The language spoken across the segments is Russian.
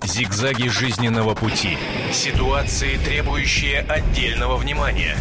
Зигзаги жизненного пути. Ситуации, требующие отдельного внимания.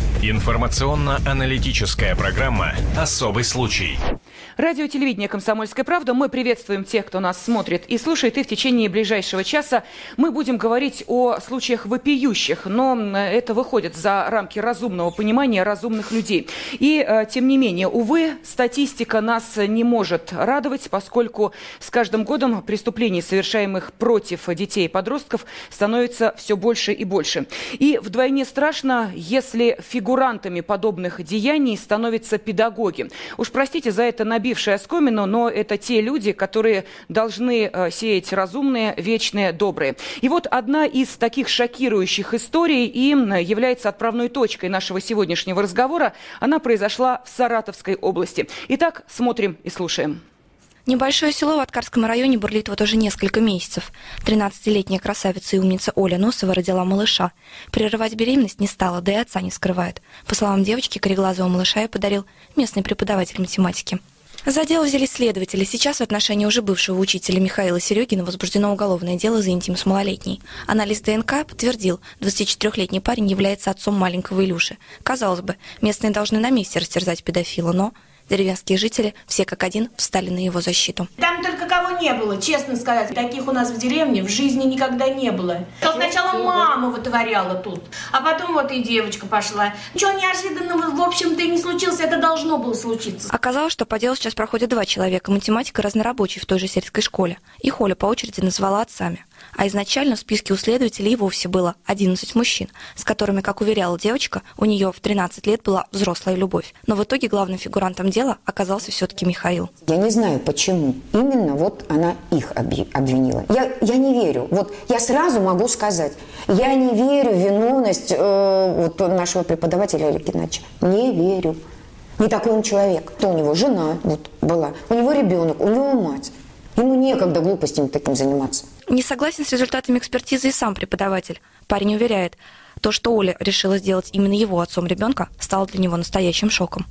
Информационно-аналитическая программа «Особый случай». Радио, телевидение «Комсомольская правда». Мы приветствуем тех, кто нас смотрит и слушает. И в течение ближайшего часа мы будем говорить о случаях вопиющих. Но это выходит за рамки разумного понимания разумных людей. И, тем не менее, увы, статистика нас не может радовать, поскольку с каждым годом преступлений, совершаемых против детей и подростков, становится все больше и больше. И вдвойне страшно, если фигурантами подобных деяний становятся педагоги. Уж простите за это набившее оскомину, но это те люди, которые должны сеять разумные, вечные, добрые. И вот одна из таких шокирующих историй и является отправной точкой нашего сегодняшнего разговора. Она произошла в Саратовской области. Итак, смотрим и слушаем. Небольшое село в Аткарском районе бурлит вот уже несколько месяцев. 13-летняя красавица и умница Оля Носова родила малыша. Прерывать беременность не стала, да и отца не скрывает. По словам девочки, кореглазого малыша ей подарил местный преподаватель математики. За дело взялись следователи. Сейчас в отношении уже бывшего учителя Михаила Серегина возбуждено уголовное дело за интим с малолетней. Анализ ДНК подтвердил, 24-летний парень является отцом маленького Илюши. Казалось бы, местные должны на месте растерзать педофила, но деревенские жители, все как один, встали на его защиту. Там только кого не было, честно сказать. Таких у нас в деревне в жизни никогда не было. Сначала мама вытворяла тут, а потом вот и девочка пошла. Ничего неожиданного, в общем-то, и не случилось, это должно было случиться. Оказалось, что по делу сейчас проходят два человека, математик и разнорабочий в той же сельской школе. Их Оля по очереди назвала отцами. А изначально в списке у следователей и вовсе было 11 мужчин, с которыми, как уверяла девочка, у нее в 13 лет была взрослая любовь. Но в итоге главным фигурантом дела оказался все-таки Михаил. Я не знаю, почему именно вот она их обвинила. Я не верю. Вот я сразу могу сказать, я не верю в виновность вот нашего преподавателя Олега Геннадьевича. Не верю. Не такой он человек. То у него жена вот была, у него ребенок, у него мать. Ему некогда глупостями таким заниматься. Не согласен с результатами экспертизы и сам преподаватель. Парень уверяет, то, что Оля решила сделать именно его отцом ребенка, стало для него настоящим шоком.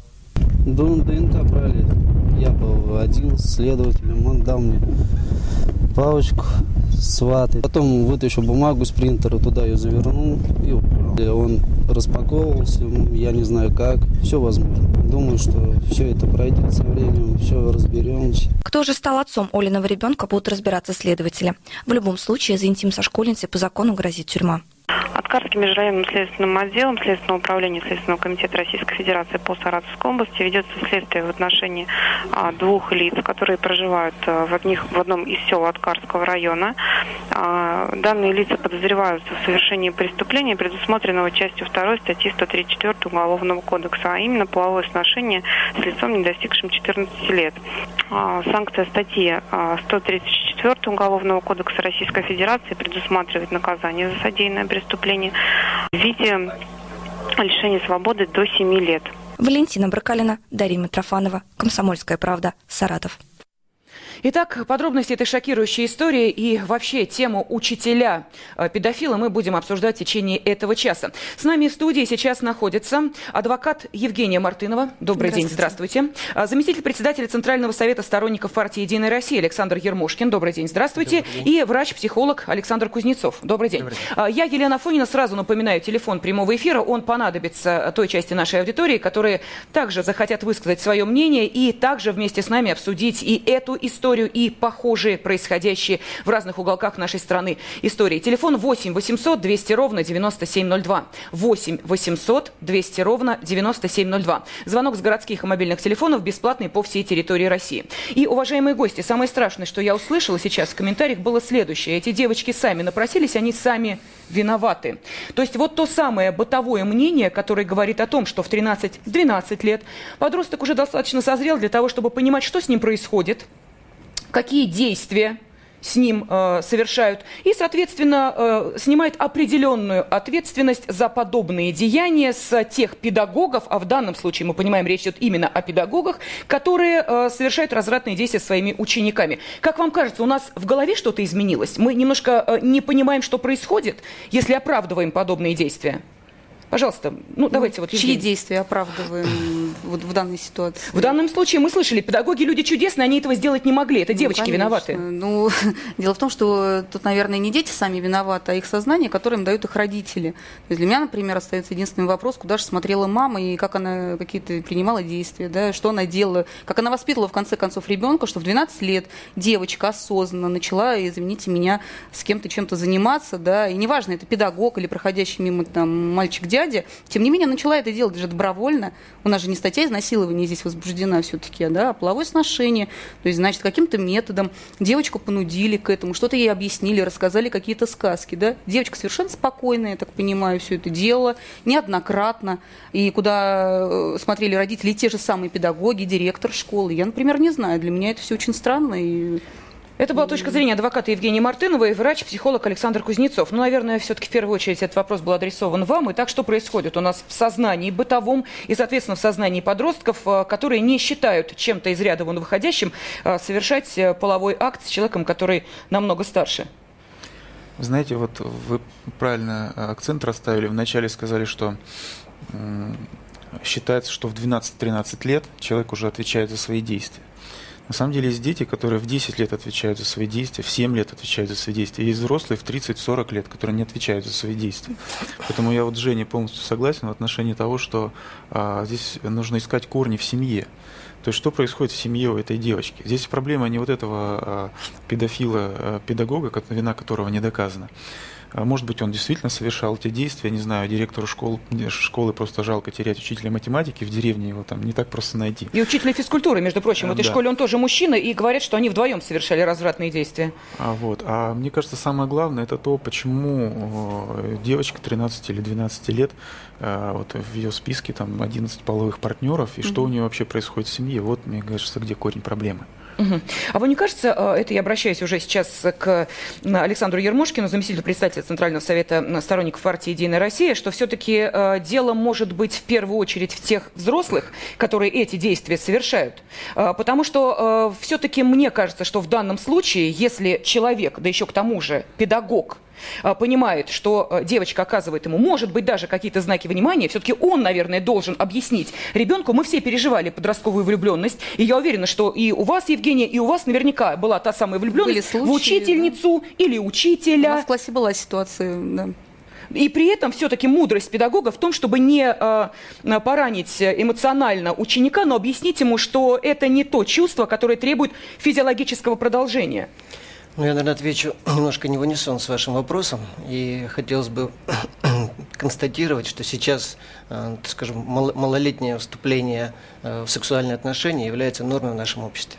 ДНК брали. Я был один с следователем, он дал мне палочку с ватой. Потом вытащил бумагу с принтера, туда ее завернул и убрал. Он распаковывался, я не знаю как, все возможно. Думаю, что все это пройдет со временем, все разберемся. Кто же стал отцом Олиного ребенка, будут разбираться следователи. В любом случае, за интим со школьницей по закону грозит тюрьма. Аткарским межрайонным следственным отделом Следственного управления Следственного комитета Российской Федерации по Саратовской области ведется следствие в отношении двух лиц, которые проживают в одном из сел Аткарского района. Данные лица подозреваются в совершении преступления, предусмотренного частью 2 статьи 134 Уголовного кодекса, а именно половое сношение с лицом, не достигшим 14 лет. Санкция статьи 134 Уголовного кодекса Российской Федерации предусматривает наказание за содеянное преступление в виде лишения свободы до 7 лет. Валентина Бракалина, Дарья Митрофанова, «Комсомольская правда», Саратов. Итак, подробности этой шокирующей истории и вообще тему учителя-педофила мы будем обсуждать в течение этого часа. С нами в студии сейчас находится адвокат Евгения Мартынова. Добрый день, здравствуйте. Заместитель председателя Центрального совета сторонников партии «Единая Россия» Александр Ермошкин. Добрый день, здравствуйте. Добрый день. И врач-психолог Александр Кузнецов. Добрый день. Добрый день. Я, Елена Афонина, сразу напоминаю телефон прямого эфира. Он понадобится той части нашей аудитории, которые также захотят высказать свое мнение и также вместе с нами обсудить и эту историю, и похожие, происходящие в разных уголках нашей страны истории. Телефон 8 800 200 ровно 9702. 8 800 200 ровно 9702. Звонок с городских и мобильных телефонов бесплатный по всей территории России. И, уважаемые гости, самое страшное, что я услышала сейчас в комментариях, было следующее. Эти девочки сами напросились, они сами виноваты. То есть вот то самое бытовое мнение, которое говорит о том, что в 13-12 лет подросток уже достаточно созрел для того, чтобы понимать, что с ним происходит, какие действия с ним совершают, и, соответственно, снимает определенную ответственность за подобные деяния с тех педагогов, а в данном случае, мы понимаем, речь идет именно о педагогах, которые совершают развратные действия со своими учениками. Как вам кажется, у нас в голове что-то изменилось? Мы немножко не понимаем, что происходит, если оправдываем подобные действия? Пожалуйста, давайте вот... Чьи действия оправдываем вот в данной ситуации? В данном случае мы слышали, педагоги люди чудесные, они этого сделать не могли. Это девочки конечно. Виноваты. Дело в том, что тут, наверное, не дети сами виноваты, а их сознание, которое им дают их родители. То есть для меня, например, остается единственный вопрос, куда же смотрела мама и как она какие-то принимала действия, да, что она делала, как она воспитывала, в конце концов, ребенка, что в 12 лет девочка осознанно начала, извините меня, с кем-то чем-то заниматься, да, и неважно, это педагог или проходящий мимо там мальчик-дядя, тем не менее, начала это делать даже добровольно. У нас же не статья изнасилования здесь возбуждена все-таки, да, а половое сношение. То есть, значит, каким-то методом девочку понудили к этому, что-то ей объяснили, рассказали какие-то сказки, да. Девочка совершенно спокойно, я так понимаю, все это делала, неоднократно. И куда смотрели родители, и те же самые педагоги, директор школы. Я, например, не знаю, для меня это все очень странно и... Это была точка зрения адвоката Евгении Мартыновой и врач-психолог Александр Кузнецов. Наверное, все-таки в первую очередь этот вопрос был адресован вам. Итак, что происходит у нас в сознании бытовом и, соответственно, в сознании подростков, которые не считают чем-то из ряда вон выходящим совершать половой акт с человеком, который намного старше? Знаете, вот вы правильно акцент расставили. Вначале сказали, что считается, что в 12-13 лет человек уже отвечает за свои действия. На самом деле есть дети, которые в 10 лет отвечают за свои действия, в 7 лет отвечают за свои действия. Есть взрослые в 30-40 лет, которые не отвечают за свои действия. Поэтому я вот с Женей полностью согласен в отношении того, что здесь нужно искать корни в семье. То есть что происходит в семье у этой девочки. Здесь проблема не вот этого педофила-педагога, вина которого не доказана. Может быть, он действительно совершал эти действия, не знаю, директору школы просто жалко терять учителя математики, в деревне его там не так просто найти. И учителя физкультуры, между прочим, в этой школе он тоже мужчина, и говорят, что они вдвоем совершали развратные действия. А мне кажется, самое главное, это то, почему девочка 13 или 12 лет, вот в ее списке там 11 половых партнеров, и что у нее вообще происходит в семье. Вот, мне кажется, где корень проблемы. А вам не кажется, это я обращаюсь уже сейчас к Александру Ермошкину, заместителю председателя Центрального совета сторонников партии «Единая Россия», что все-таки дело может быть в первую очередь в тех взрослых, которые эти действия совершают? Потому что все-таки мне кажется, что в данном случае, если человек, да еще к тому же педагог, понимает, что девочка оказывает ему, может быть, даже какие-то знаки внимания, все-таки он, наверное, должен объяснить ребенку. Мы все переживали подростковую влюбленность, и я уверена, что и у вас, Евгения, и у вас наверняка была та самая влюбленность случаи, в учительницу, да, или учителя. У нас в классе была ситуация, да. И при этом все-таки мудрость педагога в том, чтобы не поранить эмоционально ученика, но объяснить ему, что это не то чувство, которое требует физиологического продолжения. Я, наверное, отвечу немножко не в унисон с вашим вопросом. И хотелось бы констатировать, что сейчас, так скажем, малолетнее вступление в сексуальные отношения является нормой в нашем обществе.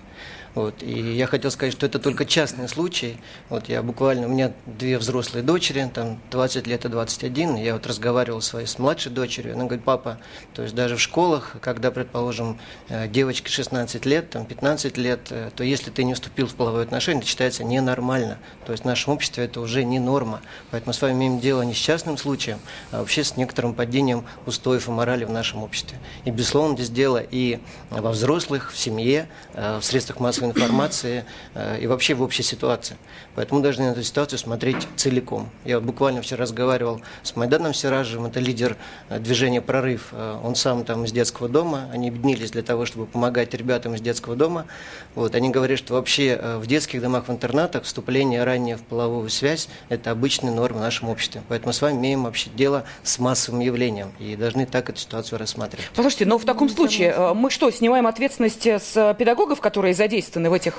И я хотел сказать, что это только частный случай. У меня 2 взрослые дочери, там 20 лет и 21. Я разговаривал с младшей дочерью, она говорит: папа, то есть даже в школах, когда, предположим, девочке 16 лет, там 15 лет, то если ты не вступил в половое отношение, это считается ненормально. То есть в нашем обществе это уже не норма. Поэтому мы с вами имеем дело не с частным случаем, а вообще с некоторым падением устоев и морали в нашем обществе. И, безусловно, здесь дело и во взрослых, в семье, в средствах массовой информации и вообще в общей ситуации. Поэтому мы должны на эту ситуацию смотреть целиком. Я буквально вчера разговаривал с Майданом Сиражевым, это лидер движения «Прорыв». Он сам там из детского дома, они объединились для того, чтобы помогать ребятам из детского дома. Они говорят, что вообще в детских домах, в интернатах вступление ранее в половую связь – это обычная норма в нашем обществе. Поэтому мы с вами имеем вообще дело с массовым явлением и должны так эту ситуацию рассматривать. Послушайте, но в таком случае мы что, снимаем ответственность с педагогов, которые задействованы в этих...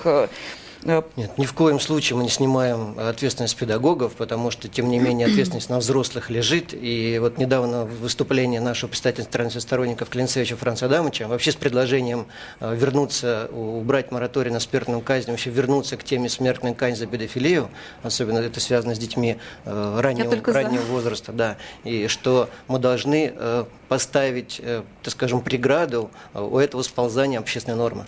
Нет, ни в коем случае мы не снимаем ответственность с педагогов, потому что, тем не менее, ответственность на взрослых лежит. И недавно выступление нашего представителя Центрального сторонников Клинцевича Франца Адамовича вообще с предложением вернуться, убрать мораторий на смертную казнь, вообще вернуться к теме смертной казни за педофилию, особенно это связано с детьми раннего возраста, да, и что мы должны поставить, так скажем, преграду у этого сползания общественной нормы.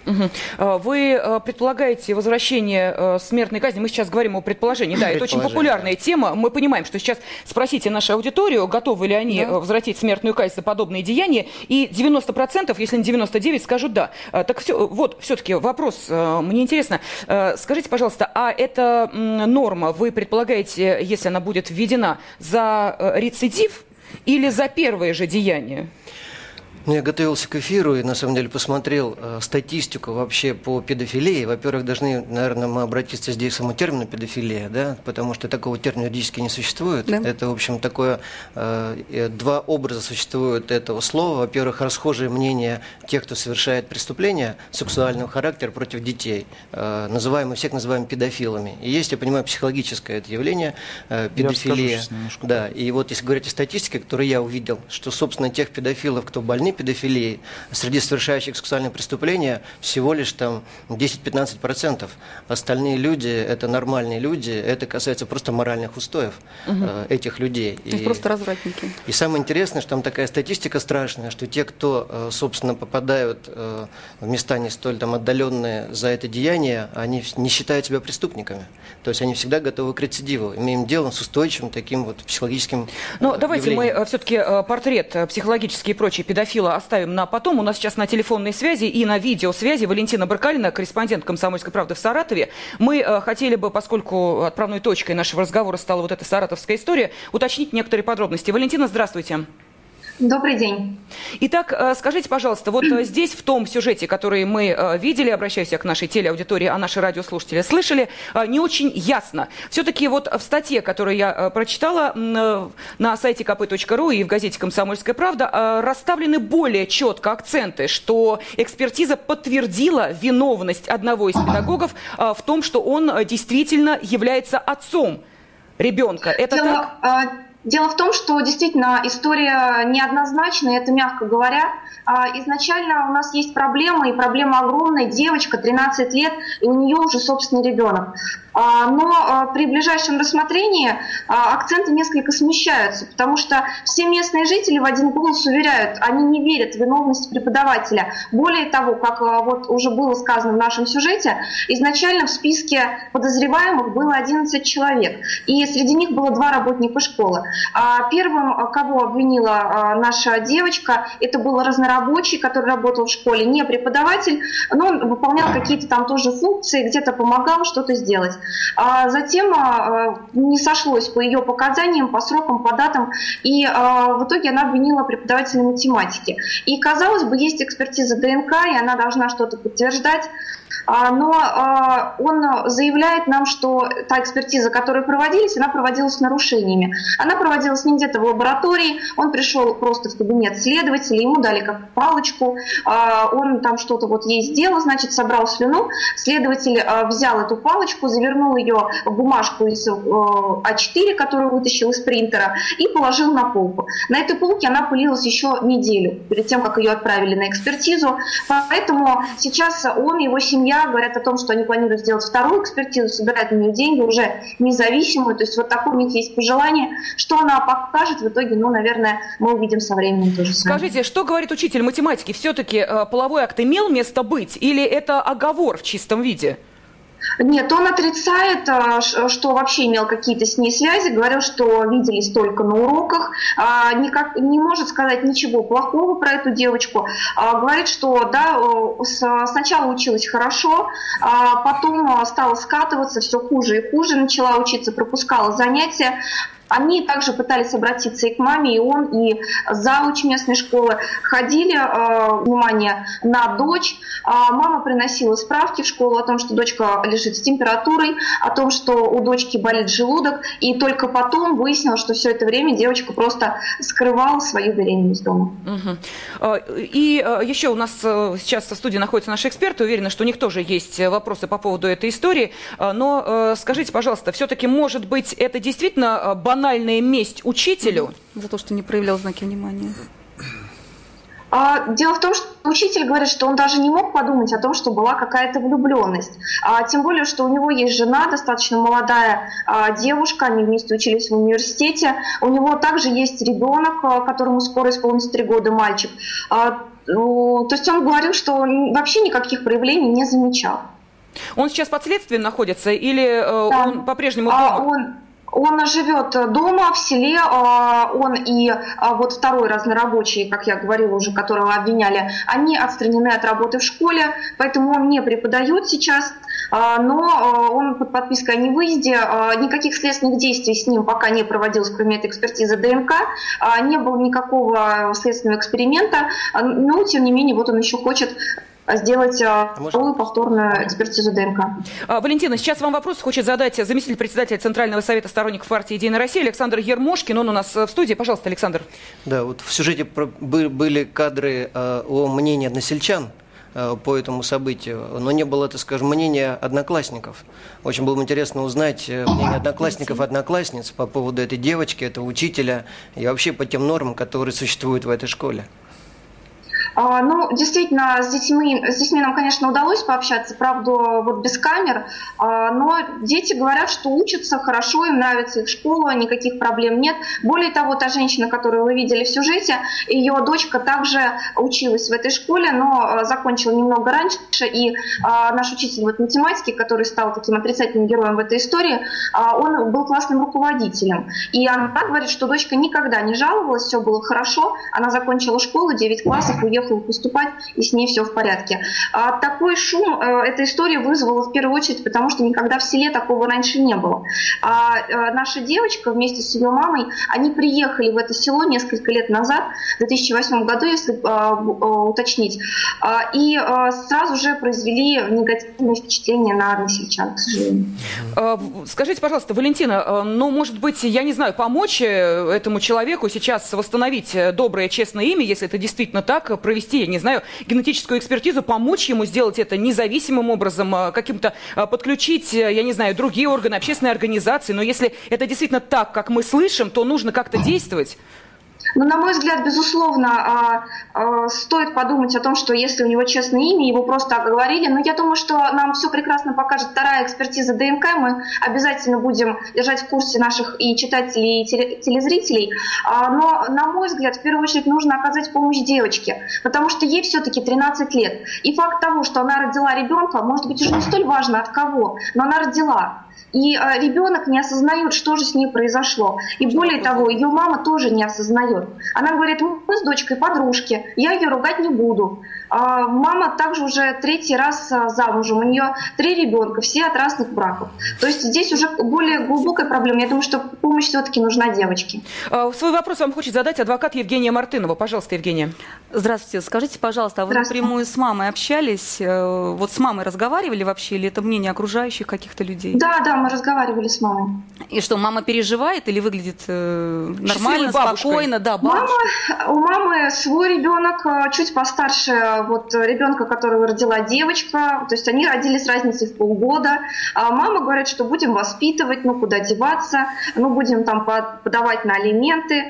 Вы предполагаете возвращение смертной казни? Мы сейчас говорим о предположении. Да, это очень популярная тема. Мы понимаем, что сейчас спросите нашу аудиторию, готовы ли они возвратить смертную казнь за подобные деяния, и 90%, если не 99%, скажут да. Так все-таки вопрос, мне интересно. Скажите, пожалуйста, а эта норма, вы предполагаете, если она будет введена, за рецидив? или за первое же деяние? Я готовился к эфиру и, на самом деле, посмотрел статистику вообще по педофилии. Во-первых, должны, наверное, мы обратиться здесь к самому термину педофилия, да, потому что такого термина юридически не существует. Да. Это, в общем, такое, два образа существуют этого слова. Во-первых, расхожее мнение тех, кто совершает преступления сексуального характера против детей, мы всех называем педофилами. И есть, я понимаю, психологическое это явление, педофилия. Да, и вот если говорить о статистике, которую я увидел, что, собственно, тех педофилов, кто больны педофилией, среди совершающих сексуальные преступления всего лишь там 10-15%. Остальные люди – это нормальные люди, это касается просто моральных устоев этих людей. И просто развратники. И самое интересное, что там такая статистика страшная, что те, кто, собственно, попадают в места не столь там отдаленные за это деяние, они не считают себя преступниками. То есть они всегда готовы к рецидиву. Имеем дело с устойчивым таким вот психологическим давайте явлением. Мы все-таки портрет психологический и прочий педофила оставим на потом. У нас сейчас на телефонной связи и на видеосвязи Валентина Баркалина, корреспондент «Комсомольской правды» в Саратове. Мы хотели бы, поскольку отправной точкой нашего разговора стала вот эта саратовская история, уточнить некоторые подробности. Валентина, здравствуйте. Добрый день. Итак, скажите, пожалуйста, вот здесь, в том сюжете, который мы видели, обращаюсь я к нашей телеаудитории, а наши радиослушатели слышали, не очень ясно. Все-таки вот в статье, которую я прочитала на сайте kp.ru и в газете «Комсомольская правда», расставлены более четко акценты, что экспертиза подтвердила виновность одного из педагогов в том, что он действительно является отцом ребенка. Это так? Дело в том, что действительно история неоднозначная, это мягко говоря. Изначально у нас есть проблема, и проблема огромная. Девочка, 13 лет, и у нее уже собственный ребенок. Но при ближайшем рассмотрении акценты несколько смещаются, потому что все местные жители в один голос уверяют, они не верят в виновность преподавателя. Более того, как вот уже было сказано в нашем сюжете, изначально в списке подозреваемых было 11 человек, и среди них было 2 работника школы. Первым, кого обвинила наша девочка, это был разнорабочий, который работал в школе, не преподаватель, но он выполнял какие-то там тоже функции, где-то помогал что-то сделать. Затем не сошлось по ее показаниям, по срокам, по датам, и в итоге она обвинила преподавателя математики. И, казалось бы, есть экспертиза ДНК, и она должна что-то подтверждать. Но он заявляет нам, что та экспертиза, которая проводилась, она проводилась с нарушениями. Она проводилась не где-то в лаборатории, он пришел просто в кабинет следователя, ему дали как палочку, он там что-то вот ей сделал, значит, собрал слюну, следователь взял эту палочку, завернул ее в бумажку из А4, которую вытащил из принтера, и положил на полку. На этой полке она пылилась еще неделю, перед тем, как ее отправили на экспертизу, поэтому сейчас он и его семья говорят о том, что они планируют сделать вторую экспертизу, собирать на нее деньги, уже независимую. То есть вот такое у них есть пожелание. Что она покажет в итоге, наверное, мы увидим со временем тоже. Скажите, что говорит учитель математики? Все-таки половой акт имел место быть или это оговор в чистом виде? Нет, он отрицает, что вообще имел какие-то с ней связи, говорил, что виделись только на уроках, не может сказать ничего плохого про эту девочку, говорит, что да, сначала училась хорошо, потом стала скатываться, все хуже и хуже, начала учиться, пропускала занятия. Они также пытались обратиться и к маме, и он, и завуч местной школы. Ходили, внимание, на дочь. Мама приносила справки в школу о том, что дочка лежит с температурой, о том, что у дочки болит желудок. И только потом выяснилось, что все это время девочка просто скрывала свою беременность дома. И еще у нас сейчас в студии находятся наши эксперты. Уверена, что у них тоже есть вопросы по поводу этой истории. Но скажите, пожалуйста, все-таки, может быть, это действительно банальная месть учителю? За то, что не проявлял знаки внимания. Дело в том, что учитель говорит, что он даже не мог подумать о том, что была какая-то влюбленность. Тем более, что у него есть жена, достаточно молодая девушка, они вместе учились в университете. У него также есть ребенок, которому скоро исполнится 3 года, мальчик. То есть он говорил, что он вообще никаких проявлений не замечал. Он сейчас под следствием находится или да. Он по-прежнему дома? Он живет дома, в селе, он и вот второй разнорабочий, как я говорила уже, которого обвиняли, они отстранены от работы в школе, поэтому он не преподает сейчас. но он под подпиской о невыезде, никаких следственных действий с ним пока не проводилось, кроме этой экспертизы ДНК, не было никакого следственного эксперимента, но тем не менее вот он еще хочет сделать вторую повторную экспертизу ДНК. Валентина, сейчас вам вопрос хочет задать заместитель председателя Центрального совета сторонников партии «Единая Россия» Александр Ермошкин. Он у нас в студии. Пожалуйста, Александр. Да, вот в сюжете были кадры о мнении односельчан по этому событию, но не было, так скажем, мнения одноклассников. Очень было интересно узнать мнение одноклассников и одноклассниц по поводу этой девочки, этого учителя и вообще по тем нормам, которые существуют в этой школе. Ну, действительно, с детьми нам, конечно, удалось пообщаться, правда, вот без камер, но дети говорят, что учатся хорошо, им нравится их школа, никаких проблем нет. Более того, та женщина, которую вы видели в сюжете, ее дочка также училась в этой школе, но закончила немного раньше, и наш учитель математики, который стал таким отрицательным героем в этой истории, он был классным руководителем. И она говорит, что дочка никогда не жаловалась, все было хорошо, она закончила школу, 9 классов, уехала поступать, и с ней все в порядке. Такой шум эта история вызвала в первую очередь, потому что никогда в селе такого раньше не было. Наша девочка вместе с ее мамой, они приехали в это село несколько лет назад, в 2008 году, если уточнить, и сразу же произвели негативное впечатление на односельчан, к сожалению. Скажите, пожалуйста, Валентина, ну, может быть, я не знаю, помочь этому человеку сейчас восстановить доброе, честное имя, если это действительно так, провести, я не знаю, генетическую экспертизу, помочь ему сделать это независимым образом, каким-то подключить, я не знаю, другие органы, общественные организации. Но если это действительно так, как мы слышим, то нужно как-то действовать. Но, на мой взгляд, безусловно, стоит подумать о том, что если у него честное имя, его просто оговорили. Но я думаю, что нам все прекрасно покажет вторая экспертиза ДНК. Мы обязательно будем держать в курсе наших и читателей, и телезрителей. Но, на мой взгляд, в первую очередь нужно оказать помощь девочке, потому что ей все-таки 13 лет. И факт того, что она родила ребенка, может быть, уже не столь важно от кого, но она родила. И ребенок не осознает, что же с ней произошло. И более того, ее мама тоже не осознает. Она говорит, мы с дочкой подружки, я ее ругать не буду. Мама также уже 3-й раз замужем, у нее 3 ребенка, все от разных браков. То есть здесь уже более глубокая проблема. Я думаю, что помощь все-таки нужна девочке. Свой вопрос вам хочет задать адвокат Евгения Мартынова. Пожалуйста, Евгения. Здравствуйте. Скажите, пожалуйста, а вы напрямую с мамой общались? Вот с мамой разговаривали вообще, или это мнение окружающих каких-то людей? Да, мы разговаривали с мамой. И что, мама переживает или выглядит нормально, спокойно? Да, у мамы свой ребенок, чуть постарше вот ребенка, которого родила девочка, то есть они родились с разницей в полгода. Мама говорит, что будем воспитывать, куда деваться, будем там подавать на алименты.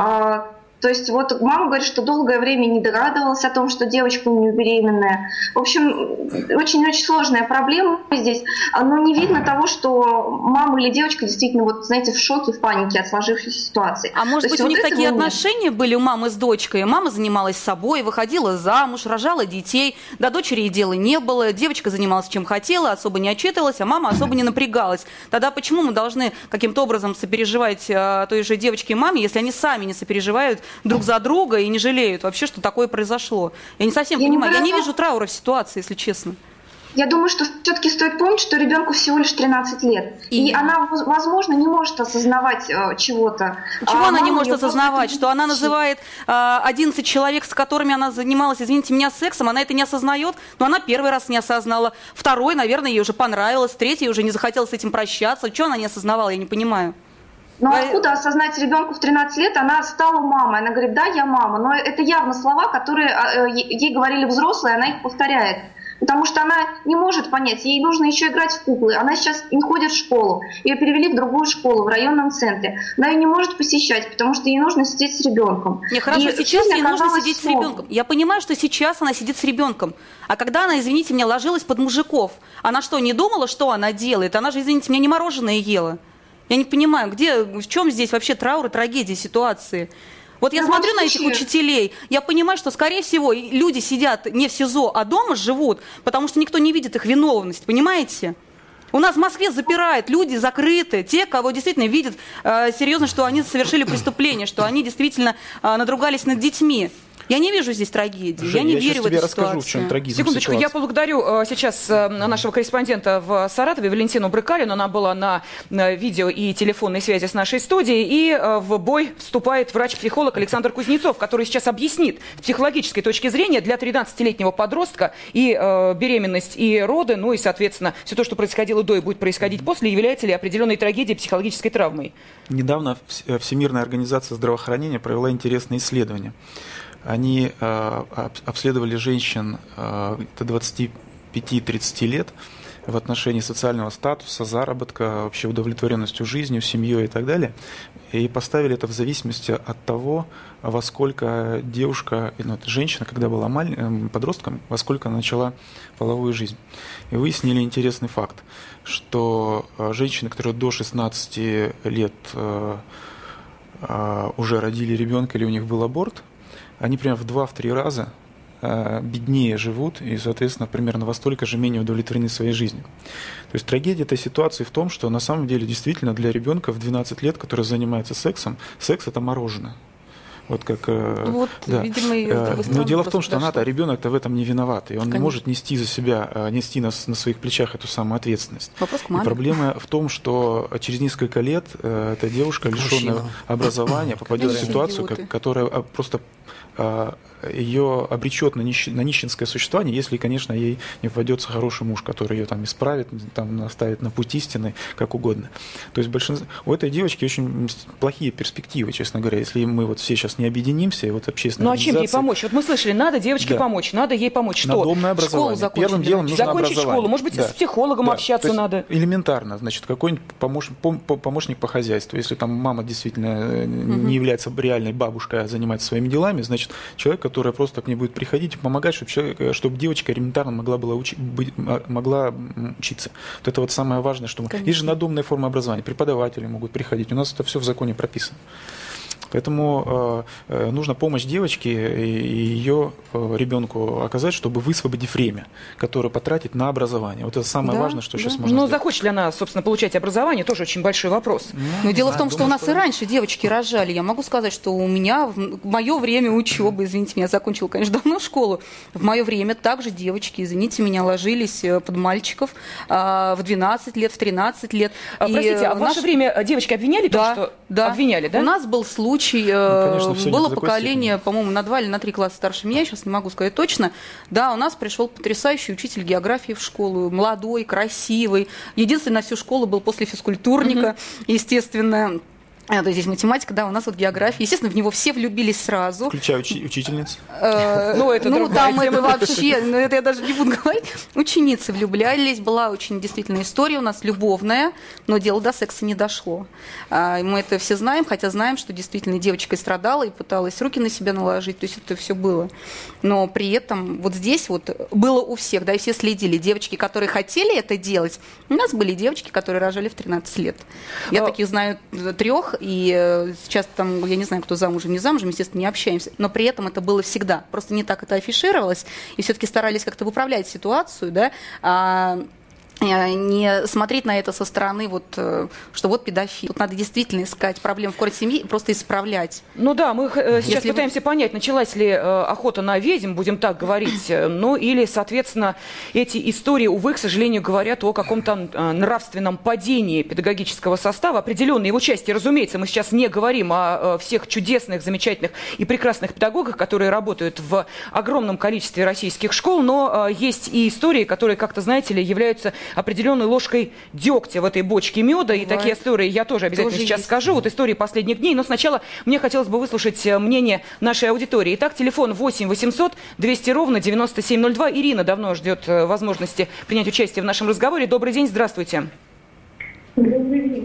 То есть вот мама говорит, что долгое время не догадывалась о том, что девочка у нее беременная. В общем, очень-очень сложная проблема здесь. Но не видно того, что мама или девочка действительно, вот, знаете, в шоке, в панике от сложившейся ситуации. А может быть, у них такие отношения были у мамы с дочкой? Мама занималась собой, выходила замуж, рожала детей. До дочери ей дела не было. Девочка занималась чем хотела, особо не отчитывалась, а мама особо не напрягалась. Тогда почему мы должны каким-то образом сопереживать той же девочке и маме, если они сами не сопереживают друг за друга и не жалеют вообще, что такое произошло? Я не совсем понимаю. Я не вижу траура в ситуации, если честно. Я думаю, что все-таки стоит помнить, что ребенку всего лишь 13 лет. И она, возможно, не может осознавать чего-то. Почему она не может осознавать? Что она называет 11 человек, с которыми она занималась, извините меня, сексом, она это не осознает, но она первый раз не осознала. Второй, наверное, ей уже понравилось. Третий, уже не захотела с этим прощаться. Чего она не осознавала, я не понимаю. Но откуда осознать ребенку в 13 лет? Она стала мамой. Она говорит, да, я мама. Но это явно слова, которые ей говорили взрослые, она их повторяет. Потому что она не может понять, ей нужно еще играть в куклы. Она сейчас не ходит в школу. Ее перевели в другую школу, в районном центре. Она ее не может посещать, потому что ей нужно сидеть с ребенком. Не, хорошо, сейчас ей нужно сидеть с ребенком. Я понимаю, что сейчас она сидит с ребенком. А когда она, извините меня, ложилась под мужиков, она что, не думала, что она делает? Она же, извините меня, не мороженое ела. Я не понимаю, в чем здесь вообще траур и трагедия ситуации? Вот я смотрю на этих учителей, я понимаю, что, скорее всего, люди сидят не в СИЗО, а дома живут, потому что никто не видит их виновность, понимаете? У нас в Москве запирают, люди закрыты, те, кого действительно видят серьезно, что они совершили преступление, что они действительно надругались над детьми. Я не вижу здесь трагедии, я не верю в эту расскажу, в чем трагедия. Секундочку, я благодарю сейчас нашего корреспондента в Саратове Валентину Брыкалину. Она была на видео и телефонной связи с нашей студией. И в бой вступает врач-психолог Александр Кузнецов, который сейчас объяснит с психологической точки зрения для 13-летнего подростка и беременность, и роды, ну и, соответственно, все то, что происходило до и будет происходить после, является ли определенной трагедией психологической травмой. Недавно Всемирная организация здравоохранения провела интересное исследование. Они обследовали женщин до 25-30 лет в отношении социального статуса, заработка, вообще удовлетворенностью жизнью, семьей и так далее, и поставили это в зависимости от того, во сколько девушка, женщина, когда была подростком, во сколько начала половую жизнь. И выяснили интересный факт, что женщины, которые до 16 лет уже родили ребенка или у них был аборт, они примерно в 2-3 раза беднее живут и, соответственно, примерно во столько же менее удовлетворены своей жизнью. То есть трагедия этой ситуации в том, что на самом деле действительно для ребенка в 12 лет, который занимается сексом, секс – это мороженое. Вот как, видимо, но дело в том, что ребенок-то в этом не виноват, и он не может нести за себя, нести на своих плечах эту самую ответственность. И проблема в том, что через несколько лет эта девушка, лишенная образования, попадет в ситуацию, которая просто ее обречет на нищенское существование, если, конечно, ей не попадется хороший муж, который ее там исправит, там наставит на путь истины, как угодно. То есть у этой девочки очень плохие перспективы, честно говоря, если мы вот все сейчас не объединимся, и вот общественная организация... Ну а чем ей помочь? Вот мы слышали, надо девочке помочь, надо ей помочь. Что? Надомное образование. Школу закончить. Первым делом нужно закончить образование. Школу, может быть, с психологом общаться надо. Элементарно, значит, какой-нибудь помощник по хозяйству. Если там мама действительно не является реальной бабушкой, а занимается своими делами, значит, человек, который просто к ней будет приходить и помогать, чтобы девочка элементарно могла учиться. Вот это вот самое важное, что есть же надомная форма образования, преподаватели могут приходить, у нас это все в законе прописано. Поэтому нужно помощь девочке и ее ребенку оказать, чтобы высвободить время, которое потратить на образование. Вот это самое важное, что сейчас можно сделать. Захочет ли она, собственно, получать образование, тоже очень большой вопрос. Но дело в том, что у нас и раньше девочки рожали. Я могу сказать, что у меня в мое время учебы, извините меня, закончила, конечно, давно школу, в мое время также девочки, извините меня, ложились под мальчиков в 12 лет, в 13 лет. Простите, а в ваше время девочки обвиняли? Обвиняли, да? У нас был случай, было поколение, по-моему, на 2 или на 3 класса старше меня, сейчас не могу сказать точно. Да, у нас пришел потрясающий учитель географии в школу, молодой, красивый. Единственный на всю школу был после физкультурника, естественно. То есть здесь математика, да, у нас вот география. Естественно, в него все влюбились сразу. Включая учительниц? Там это вообще, это я даже не буду говорить. Ученицы влюблялись, была очень действительно история у нас любовная, но дело до секса не дошло. Мы это все знаем, хотя знаем, что действительно девочка страдала и пыталась руки на себя наложить, то есть это все было. Но при этом вот здесь вот было у всех, да, и все следили. Девочки, которые хотели это делать, у нас были девочки, которые рожали в 13 лет. Я таких знаю 3, и сейчас там, я не знаю, кто замужем, не замужем, естественно, не общаемся, но при этом это было всегда. Просто не так это афишировалось, и все-таки старались как-то выправлять ситуацию, да, не смотреть на это со стороны, что вот педофил. Тут надо действительно искать проблемы в корне семьи и просто исправлять. Ну да, мы сейчас пытаемся понять, началась ли охота на ведьм, будем так говорить, ну или, соответственно, эти истории, увы, к сожалению, говорят о каком-то нравственном падении педагогического состава, определенной его части. Разумеется, мы сейчас не говорим о всех чудесных, замечательных и прекрасных педагогах, которые работают в огромном количестве российских школ, но есть и истории, которые, как-то, знаете ли, являются определенной ложкой дегтя в этой бочке меда. И такие истории я тоже обязательно сейчас скажу. Вот истории последних дней. Но сначала мне хотелось бы выслушать мнение нашей аудитории. Итак, телефон 8 800 200 ровно 9702. Ирина давно ждет возможности принять участие в нашем разговоре. Добрый день, здравствуйте. Добрый день.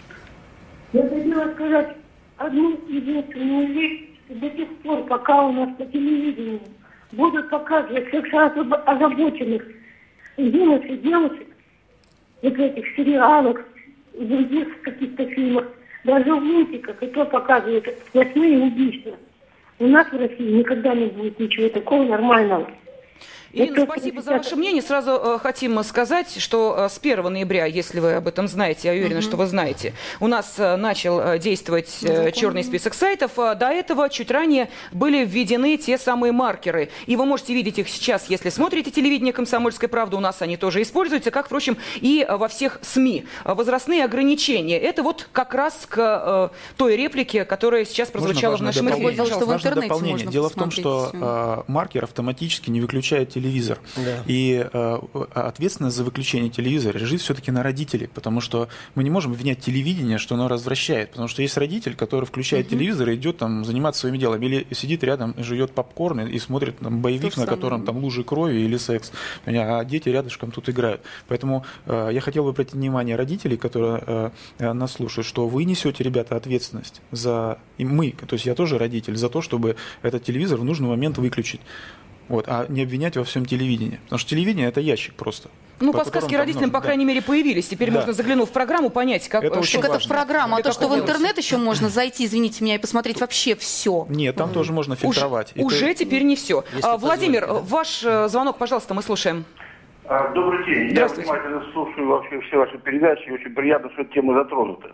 Я хотела сказать одну единственную вещь. До тех пор, пока у нас по телевидению будут показывать сексоозабоченных юношей, девушек, вот в этих сериалах, в других каких-то фильмах, даже в мультиках, и то показывают сплошные убийства. У нас в России никогда не будет ничего такого нормального. Ирина, спасибо за ваше мнение. Сразу хотим сказать, что с 1 ноября, если вы об этом знаете, я уверена, что вы знаете, у нас начал действовать черный список сайтов. До этого чуть ранее были введены те самые маркеры. И вы можете видеть их сейчас, если смотрите телевидение «Комсомольская правда». У нас они тоже используются, как, впрочем, и во всех СМИ. Возрастные ограничения. Это вот как раз к той реплике, которая сейчас прозвучала в нашем эфире. Дело в том, что маркер автоматически не выключает телевизор. Да. И ответственность за выключение телевизора лежит все-таки на родителей, потому что мы не можем обвинять телевидение, что оно развращает. Потому что есть родитель, который включает телевизор и идет там заниматься своими делами. Или сидит рядом, жует попкорн и смотрит там боевик, на котором там лужи крови или секс. А дети рядышком тут играют. Поэтому я хотел бы обратить внимание родителей, которые нас слушают, что вы несете, ребята, ответственность за... И мы, то есть я тоже родитель, за то, чтобы этот телевизор в нужный момент выключить. Вот, а не обвинять во всем телевидение. Потому что телевидение – это ящик просто. Ну, подсказки родителям, по крайней мере, появились. Теперь можно, заглянув в программу, понять, как... Это в программу, а то, что в интернет еще можно зайти, извините меня, и посмотреть вообще все. Нет, там тоже можно фильтровать. Уже теперь не все. Владимир, ваш звонок, пожалуйста, мы слушаем. Добрый день. Я внимательно слушаю вообще все ваши передачи, и очень приятно, что эта тема затронута.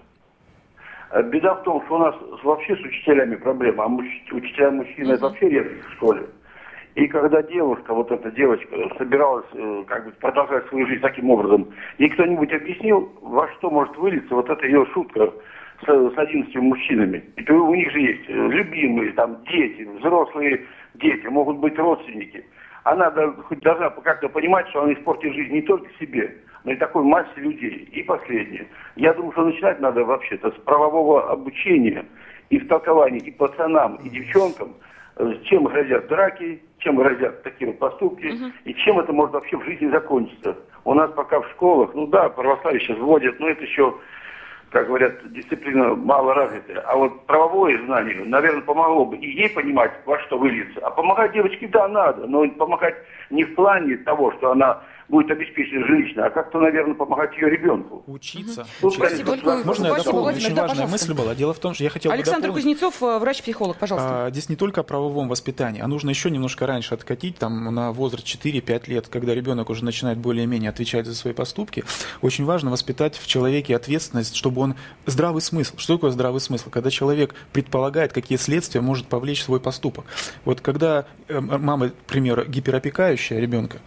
Беда в том, что у нас вообще с учителями проблема, а учителя мужчины это вообще редкость в школе. И когда девушка, вот эта девочка, собиралась как бы продолжать свою жизнь таким образом, ей кто-нибудь объяснил, во что может вылиться вот эта ее шутка с 11 мужчинами. И у них же есть любимые, там, дети, взрослые дети, могут быть родственники. Она хоть должна как-то понимать, что она испортит жизнь не только себе, но и такой массе людей. И последнее. Я думаю, что начинать надо вообще-то с правового обучения и в толковании и пацанам, и девчонкам, чем грозят драки, чем грозят такие вот поступки, и чем это может вообще в жизни закончиться. У нас пока в школах, ну да, православие сейчас вводят, но это еще, как говорят, дисциплина мало развитая. А вот правовое знание, наверное, помогло бы и ей понимать, во что выльется. А помогать девочке, да, надо, но помогать не в плане того, что она будет обеспечена жилищно, а как-то, наверное, помогать ее ребенку. Учиться. Спасибо. Можно я дополню? Очень важная мысль была. Дело в том, что я хотел бы Александр Кузнецов, врач-психолог, пожалуйста. Здесь не только о правовом воспитании, а нужно еще немножко раньше откатить, там, на возраст 4-5 лет, когда ребенок уже начинает более-менее отвечать за свои поступки. Очень важно воспитать в человеке ответственность, чтобы он... Здравый смысл. Что такое здравый смысл? Когда человек предполагает, какие следствия может повлечь свой поступок. Вот когда мама, к примеру, гиперопекающая ребенка,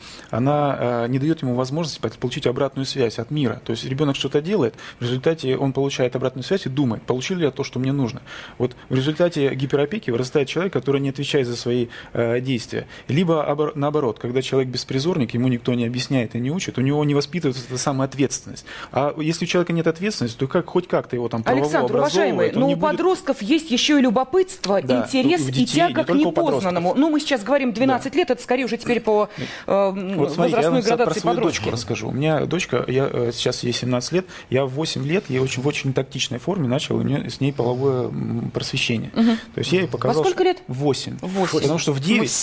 она не дает ему возможности получить обратную связь от мира. То есть ребенок что-то делает, в результате он получает обратную связь и думает, получил ли я то, что мне нужно. Вот в результате гиперопеки вырастает человек, который не отвечает за свои действия. Либо наоборот, когда человек беспризорник, ему никто не объясняет и не учит, у него не воспитывается эта самая ответственность. А если у человека нет ответственности, то хоть как-то его там правово Александр, уважаемый, но у подростков есть еще и любопытство, интерес и тяга к непознанному. Ну, мы сейчас говорим 12 лет, это скорее уже теперь по возрастной градации про свою дочку расскажу. У меня дочка, сейчас ей 17 лет, я в 8 лет, я в очень тактичной форме начал с ней половое просвещение. То есть я ей показал... Во сколько лет? 8. Потому что в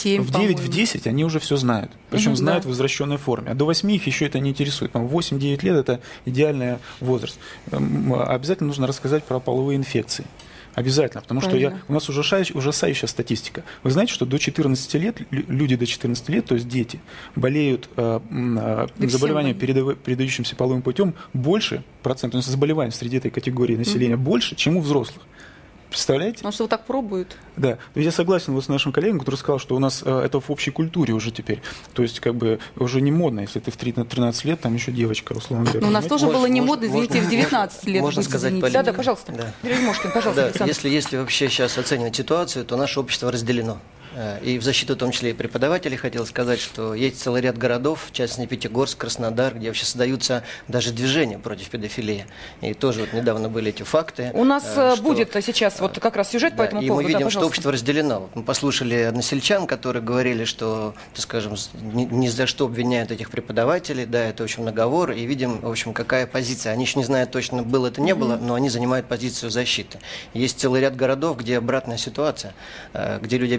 9-10 они уже все знают. Причем знают в возвращенной форме. А до 8 их еще это не интересует. 8-9 лет это идеальный возраст. Обязательно нужно рассказать про половые инфекции. Обязательно, потому что у нас ужасающая статистика. Вы знаете, что до 14 лет, люди до 14 лет, то есть дети, болеют заболеванием, передающимся половым путем больше процентов, заболеваний среди этой категории населения больше, чем у взрослых. Представляете? Потому что вот так пробуют. Да. Я согласен вот с нашим коллегой, который сказал, что у нас это в общей культуре уже теперь. То есть как бы уже не модно, если ты в 13 лет, там еще девочка, условно говоря. У нас тоже было не модно, извините, в 19 лет. Можно сказать, Полина? Да, пожалуйста. Мошкин, пожалуйста, да, если вообще сейчас оценивать ситуацию, то наше общество разделено. И в защиту, в том числе и преподавателей, хотел сказать, что есть целый ряд городов, в частности Пятигорск, Краснодар, где вообще создаются даже движения против педофилии. И тоже вот недавно были эти факты. У нас будет сейчас вот как раз сюжет по этому поводу. И мы видим, что общество разделено. Вот мы послушали односельчан, которые говорили, что, так скажем, ни за что обвиняют этих преподавателей, да, это очень наговор, и видим, в общем, какая позиция. Они еще не знают точно, было это, не было, но они занимают позицию защиты. Есть целый ряд городов, где обратная ситуация, где люди объединяются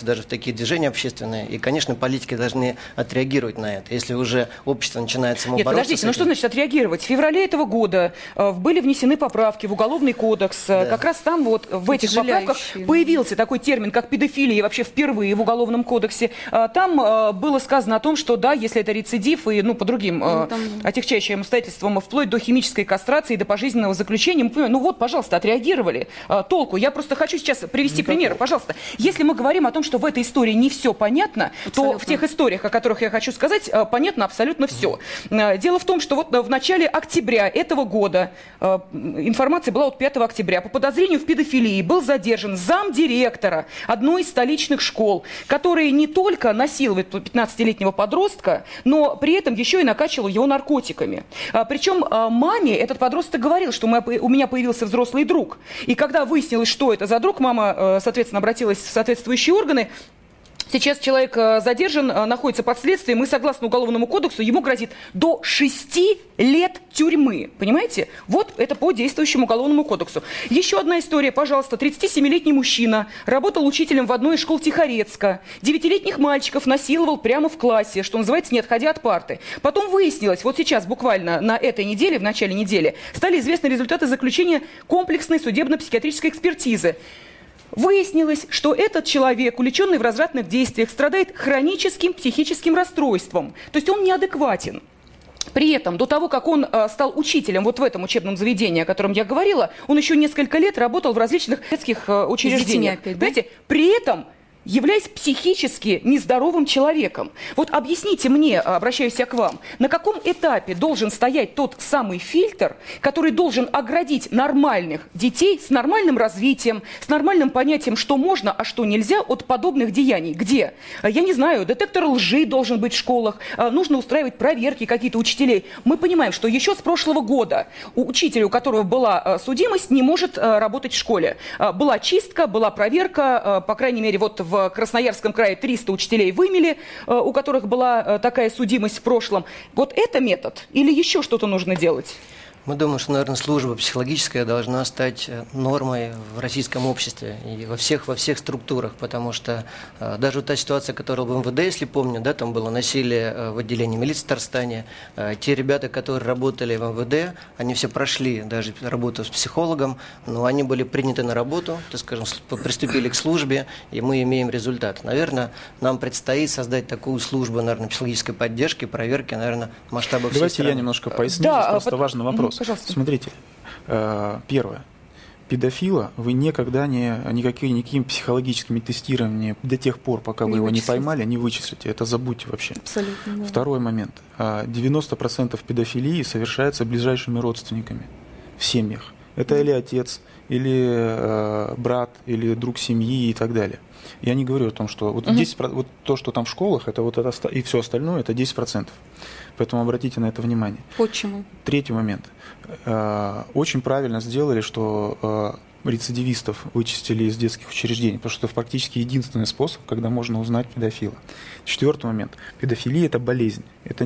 даже в такие движения общественные. И, конечно, политики должны отреагировать на это. Если уже общество начинает само бороться... Нет, подождите, ну что значит отреагировать? В феврале этого года были внесены поправки в Уголовный кодекс. Да. Как раз там вот в этих поправках появился такой термин, как педофилия, вообще впервые в Уголовном кодексе. Там было сказано о том, что да, если это рецидив и по другим отягчающим обстоятельствам, вплоть до химической кастрации, до пожизненного заключения, мы понимаем, пожалуйста, отреагировали. Толку. Я просто хочу сейчас привести пример. Пожалуйста, если мы говорим о том, что в этой истории не все понятно, то в тех историях, о которых я хочу сказать, понятно абсолютно все. Дело в том, что вот в начале октября этого года, информация была от 5 октября, по подозрению в педофилии был задержан замдиректора одной из столичных школ, который не только насилует 15-летнего подростка, но при этом еще и накачивал его наркотиками. Причем маме этот подросток говорил, что у меня появился взрослый друг. И когда выяснилось, что это за друг, мама, соответственно, обратилась в соответствующие органы. Сейчас человек задержан, находится под следствием, и согласно Уголовному кодексу ему грозит до 6 лет тюрьмы. Понимаете? Вот это по действующему Уголовному кодексу. Еще одна история, пожалуйста. 37-летний мужчина работал учителем в одной из школ Тихорецка. 9-летних мальчиков насиловал прямо в классе, что называется, не отходя от парты. Потом выяснилось, вот сейчас буквально на этой неделе, в начале недели, стали известны результаты заключения комплексной судебно-психиатрической экспертизы. Выяснилось, что этот человек, увлеченный в развратных действиях, страдает хроническим психическим расстройством. То есть он неадекватен. При этом, до того, как он стал учителем вот в этом учебном заведении, о котором я говорила, он еще несколько лет работал в различных детских учреждениях. Опять, да? Понимаете? При этом... являясь психически нездоровым человеком. Вот объясните мне, обращаюсь я к вам, на каком этапе должен стоять тот самый фильтр, который должен оградить нормальных детей с нормальным развитием, с нормальным понятием, что можно, а что нельзя от подобных деяний? Где? Я не знаю, детектор лжи должен быть в школах, нужно устраивать проверки какие-то учителей. Мы понимаем, что еще с прошлого года учитель, у которого была судимость, не может работать в школе. Была чистка, была проверка, по крайней мере, вот в Красноярском крае 300 учителей вымели, у которых была такая судимость в прошлом. Вот это метод или еще что-то нужно делать? Мы думаем, что, наверное, служба психологическая должна стать нормой в российском обществе и во всех структурах, потому что даже та ситуация, которая в МВД, если помню, да, там было насилие в отделении милиции в Татарстане, те ребята, которые работали в МВД, они все прошли даже работу с психологом, но они были приняты на работу, так скажем, приступили к службе, и мы имеем результат. Наверное, нам предстоит создать такую службу, наверное, психологической поддержки, проверки, наверное, масштабов всей страны. Давайте я немножко поясню, здесь просто важный вопрос. Пожалуйста. Смотрите, первое. Педофила вы никогда никакими психологическими тестированиями до тех пор, пока вы его не поймали, не вычислите. Это забудьте вообще. Абсолютно. Да. Второй момент. 90% педофилии совершается ближайшими родственниками в семьях. Это или отец, или брат, или друг семьи и так далее. Я не говорю о том, что вот 10%, вот то, что там в школах, это вот это, и все остальное, это 10%. Поэтому обратите на это внимание. Почему? Третий момент. Очень правильно сделали, что рецидивистов вычистили из детских учреждений, потому что это практически единственный способ, когда можно узнать педофила. Четвертый момент. Педофилия – это болезнь. Это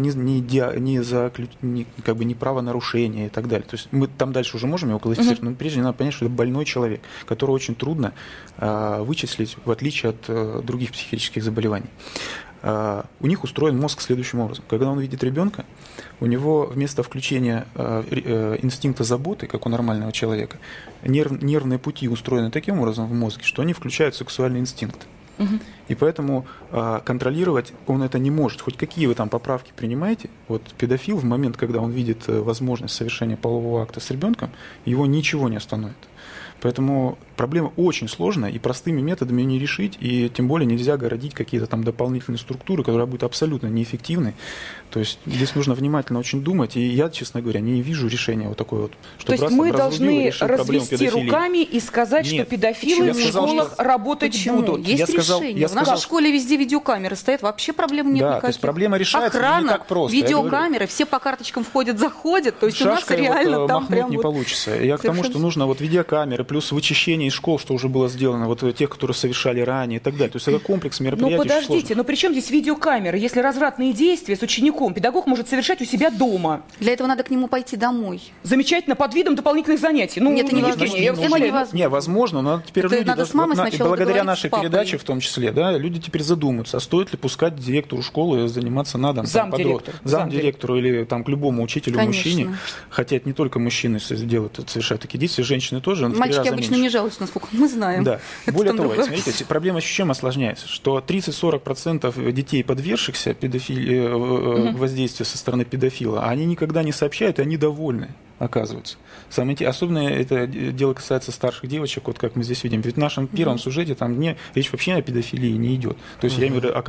не правонарушение и так далее. То есть мы там дальше уже можем его классифицировать, но прежде надо понять, что это больной человек, которого очень трудно вычислить, в отличие от других психических заболеваний. У них устроен мозг следующим образом. Когда он видит ребенка, у него вместо включения инстинкта заботы, как у нормального человека, нервные пути устроены таким образом в мозге, что они включают сексуальный инстинкт. И поэтому контролировать он это не может. Хоть какие вы там поправки принимаете, вот педофил в момент, когда он видит возможность совершения полового акта с ребенком, его ничего не остановит. Поэтому проблема очень сложная, и простыми методами ее не решить, и тем более нельзя городить какие-то там дополнительные структуры, которые будут абсолютно неэффективны. То есть здесь нужно внимательно очень думать, и я, честно говоря, не вижу решения вот такой вот. То есть мы должны развести руками и сказать, что педофилы в школах работать будут. Есть решение. У нас в школе везде видеокамеры стоят, вообще проблем нет никаких. То есть проблема решается не так просто. Видеокамеры, все по карточкам входят, заходят, то есть у нас реально там прям не получится. Я к тому, что нужно вот видеокамеры, камеры, плюс вычищение из школ, что уже было сделано, вот тех, которые совершали ранее и так далее. То есть это комплекс мероприятий. Ну подождите, но при чем здесь видеокамеры? Если развратные действия с учеником педагог может совершать у себя дома. Для этого надо к нему пойти домой. Замечательно, под видом дополнительных занятий. Ну, нет, это невозможно. Невозможно, но теперь люди, благодаря нашей передаче в том числе, да, люди теперь задумаются, а стоит ли пускать директору школы заниматься на дом? Замдиректору или там к любому учителю, мужчине. Хотя это не только мужчины делают, совершают такие действия, женщины тоже. Мальчики обычно не жалуются, насколько мы знаем. Да. Более того, смотрите, проблема с чем осложняется, что 30-40% детей, подвергшихся воздействию со стороны педофила, они никогда не сообщают, и они довольны, оказывается. Особенно это дело касается старших девочек, вот как мы здесь видим. Ведь в нашем первом сюжете там речь вообще о педофилии не идет. То есть я имею в виду о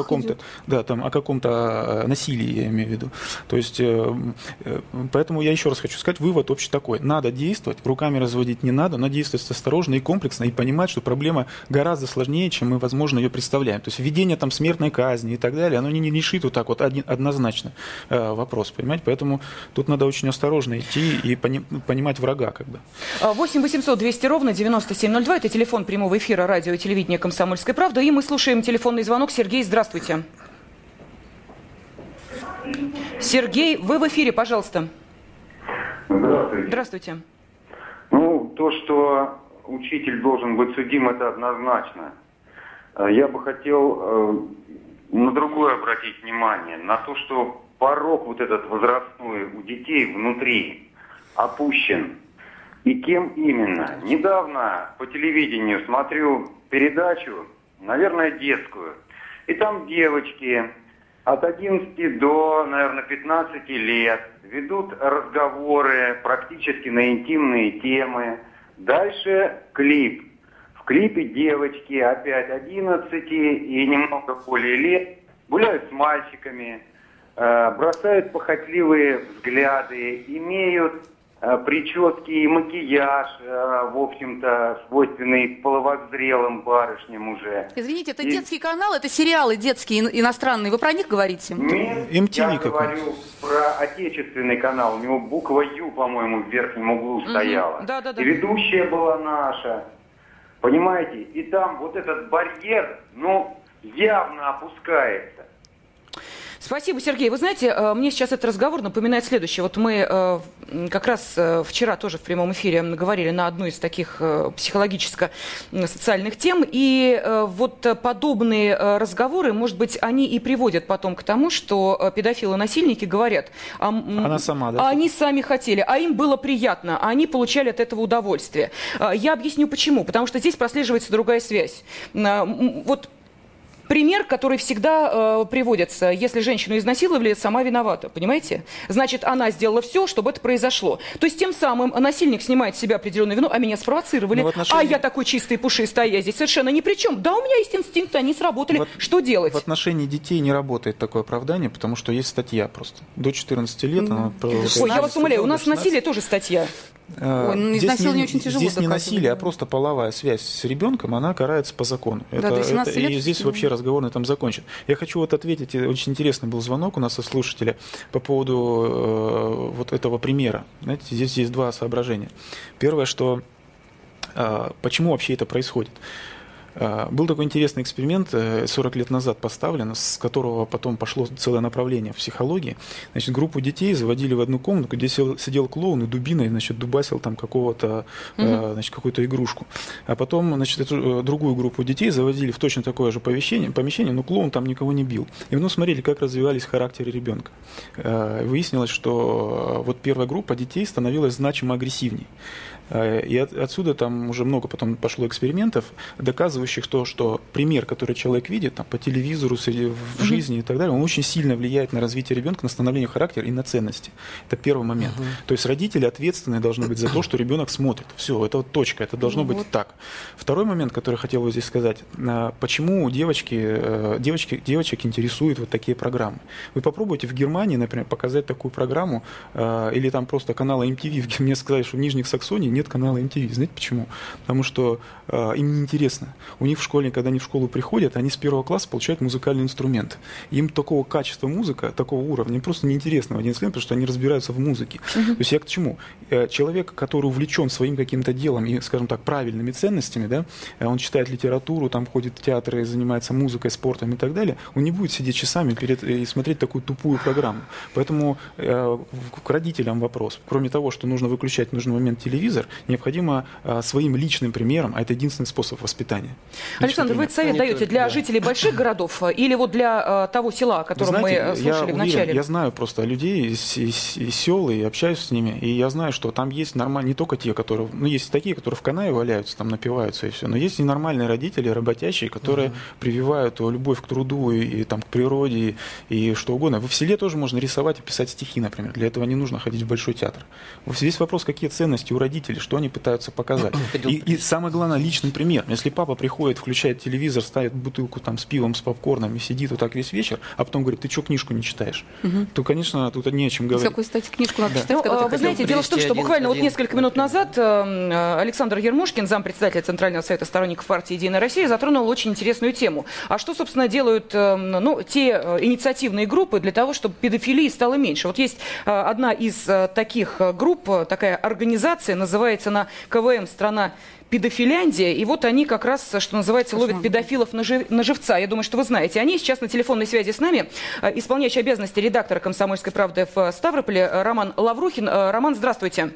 каком-то насилии, я имею в виду. То есть поэтому я еще раз хочу сказать, вывод общий такой. Надо действовать, руками разводить не надо, но действовать осторожно и комплексно, и понимать, что проблема гораздо сложнее, чем мы, возможно, ее представляем. То есть введение там смертной казни и так далее, оно не решит вот так вот однозначно вопрос, понимаете? Поэтому тут надо очень осторожно идти и понимать врага, как бы. 8 800 200 ровно 9702. Это телефон прямого эфира радио и телевидения «Комсомольская правда». И мы слушаем телефонный звонок. Сергей, здравствуйте. Сергей, вы в эфире, пожалуйста. Здравствуйте. Здравствуйте. Ну, то, что учитель должен быть судим, это однозначно. Я бы хотел на другое обратить внимание. На то, что порог вот этот возрастной у детей внутри опущен. И кем именно? Недавно по телевидению смотрю передачу, наверное, детскую. И там девочки от 11 до, наверное, 15 лет ведут разговоры практически на интимные темы. Дальше клип. В клипе девочки опять 11 и немного более лет гуляют с мальчиками, бросают похотливые взгляды, имеют прически и макияж, в общем-то, свойственный половозрелым барышням уже. Извините, это детский канал, это сериалы детские, иностранные. Вы про них говорите? Нет, я говорю про отечественный канал. У него буква «Ю», по-моему, в верхнем углу стояла. Да. И ведущая была наша. Понимаете? И там вот этот барьер, явно опускается. Спасибо, Сергей. Вы знаете, мне сейчас этот разговор напоминает следующее. Вот мы как раз вчера тоже в прямом эфире говорили на одну из таких психологическо-социальных тем, и вот подобные разговоры, может быть, они и приводят потом к тому, что педофилы-насильники говорят, она сама, да? Они сами хотели, а им было приятно, а они получали от этого удовольствие. Я объясню почему. Потому что здесь прослеживается другая связь. Вот пример, который всегда приводится, если женщину изнасиловали, сама виновата, понимаете? Значит, она сделала все, чтобы это произошло. То есть тем самым насильник снимает с себя определенную вину, а меня спровоцировали, а я такой чистый, пушистый, а я здесь совершенно ни при чем. Да, у меня есть инстинкты, они сработали. Что делать? В отношении детей не работает такое оправдание, потому что есть статья просто. До 14 лет она... Ой, я вас умоляю, у нас насилие тоже статья. Здесь очень тяжело здесь не насилие, а просто половая связь с ребенком, она карается по закону. И здесь вообще разговор на этом закончен. Я хочу ответить, очень интересный был звонок у нас от слушателя по поводу вот этого примера. Знаете, здесь есть два соображения. Первое, что почему вообще это происходит. Был такой интересный эксперимент 40 лет назад поставлен, с которого потом пошло целое направление в психологии. Значит, группу детей заводили в одну комнату, где сидел клоун и дубиной, дубасил там какую-то игрушку. А потом, эту другую группу детей заводили в точно такое же помещение, но клоун там никого не бил. И смотрели, как развивались характеры ребенка. Выяснилось, что вот первая группа детей становилась значимо агрессивней. И отсюда там уже много потом пошло экспериментов, доказывающих то, что пример, который человек видит там, по телевизору, в жизни и так далее, он очень сильно влияет на развитие ребенка, на становление характера и на ценности. Это первый момент. То есть родители ответственные должны быть за то, что ребенок смотрит. Все, это вот точка, это должно быть так. Второй момент, который хотел бы здесь сказать, почему девочек интересуют вот такие программы. Вы попробуйте в Германии, например, показать такую программу, или там просто канала MTV, мне сказали, что в Нижних Саксонии нет канала MTV. Знаете почему? Потому что им неинтересно. У них в школе, когда они в школу приходят, они с 1 класса получают музыкальный инструмент. Им такого качества музыка, такого уровня, им просто неинтересно в 11 лет, потому что они разбираются в музыке. То есть я к чему? Человек, который увлечен своим каким-то делом и, скажем так, правильными ценностями, да, он читает литературу, там ходит в театры, занимается музыкой, спортом и так далее, он не будет сидеть часами и смотреть такую тупую программу. Поэтому к родителям вопрос. Кроме того, что нужно выключать в нужный момент телевизор, необходимо своим личным примером, а это единственный способ воспитания. Александр, вы этот совет даете для жителей больших городов или вот для того села, о котором мы слушали в начале? Я знаю просто людей из сел и общаюсь с ними, и я знаю, что там есть нормальные, не только те, которые, ну, есть такие, которые в канаве валяются, там напиваются и все, но есть и нормальные родители, работящие, которые прививают любовь к труду и там, к природе и что угодно. В селе тоже можно рисовать и писать стихи, например. Для этого не нужно ходить в большой театр. Весь вопрос, какие ценности у родителей, что они пытаются показать. И самое главное, личный пример. Если папа приходит, включает телевизор, ставит бутылку там с пивом, с попкорном и сидит вот так весь вечер, а потом говорит, ты что, книжку не читаешь? То, конечно, тут не о чем говорить. С какой стати книжку надо читать? Ну, вы знаете, дело в том, что буквально вот несколько минут назад Александр Ермошкин, зампредседателя Центрального совета сторонников партии «Единая Россия», затронул очень интересную тему. А что, собственно, делают те инициативные группы для того, чтобы педофилии стало меньше? Вот есть одна из таких групп, такая организация, называется она КВМ «Страна педофиляндия», и вот они как раз, что называется, ловят педофилов на живца. Я думаю, что вы знаете. Они сейчас на телефонной связи с нами. Исполняющий обязанности редактора «Комсомольской правды» в Ставрополе Роман Лаврухин. Роман, здравствуйте.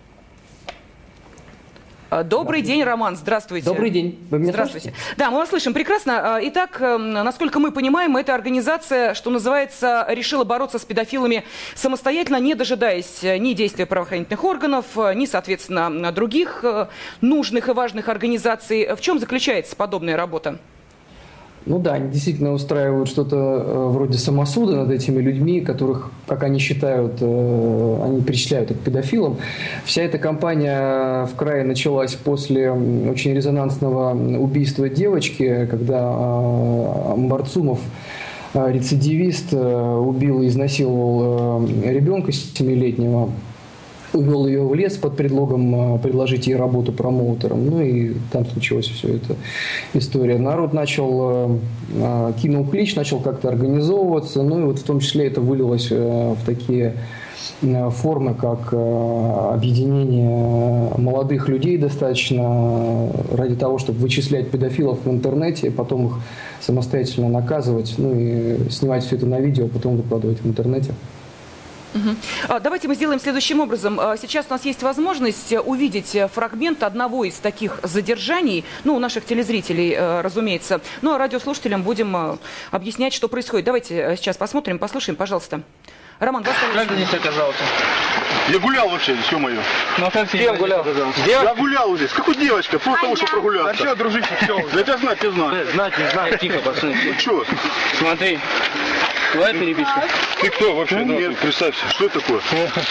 Добрый день, Роман, здравствуйте. Добрый день. Вы меня здравствуйте. Да, мы вас слышим прекрасно. Итак, насколько мы понимаем, эта организация, что называется, решила бороться с педофилами самостоятельно, не дожидаясь ни действия правоохранительных органов, ни, соответственно, других нужных и важных организаций. В чем заключается подобная работа? Ну да, они действительно устраивают что-то вроде самосуда над этими людьми, которых, как они считают, они причисляют их к педофилам. Вся эта кампания в крае началась после очень резонансного убийства девочки, когда Амбарцумов, рецидивист, убил и изнасиловал ребенка 7-летнего. Увел ее в лес под предлогом предложить ей работу промоутером. Ну и там случилась все эта история. Народ кинул клич, начал как-то организовываться. Ну и вот в том числе это вылилось в такие формы, как объединение молодых людей достаточно ради того, чтобы вычислять педофилов в интернете, потом их самостоятельно наказывать, ну и снимать все это на видео, а потом выкладывать в интернете. Давайте мы сделаем следующим образом. Сейчас у нас есть возможность увидеть фрагмент одного из таких задержаний, ну, у наших телезрителей, разумеется. Ну, а радиослушателям будем объяснять, что происходит. Давайте сейчас посмотрим, послушаем, пожалуйста. Роман, вас как здесь оказался? Я гулял вообще, все мое. Ну, а как ты гулял? Я гулял здесь. Какой девочка? Просто того, что прогуляться. А что, дружище, все? Да тебя знать, не знаю. Знать, не знаю. Тихо, пацаны. Ну что? Смотри. Твоя переписка? Ты кто вообще? Нет, представься, что это такое?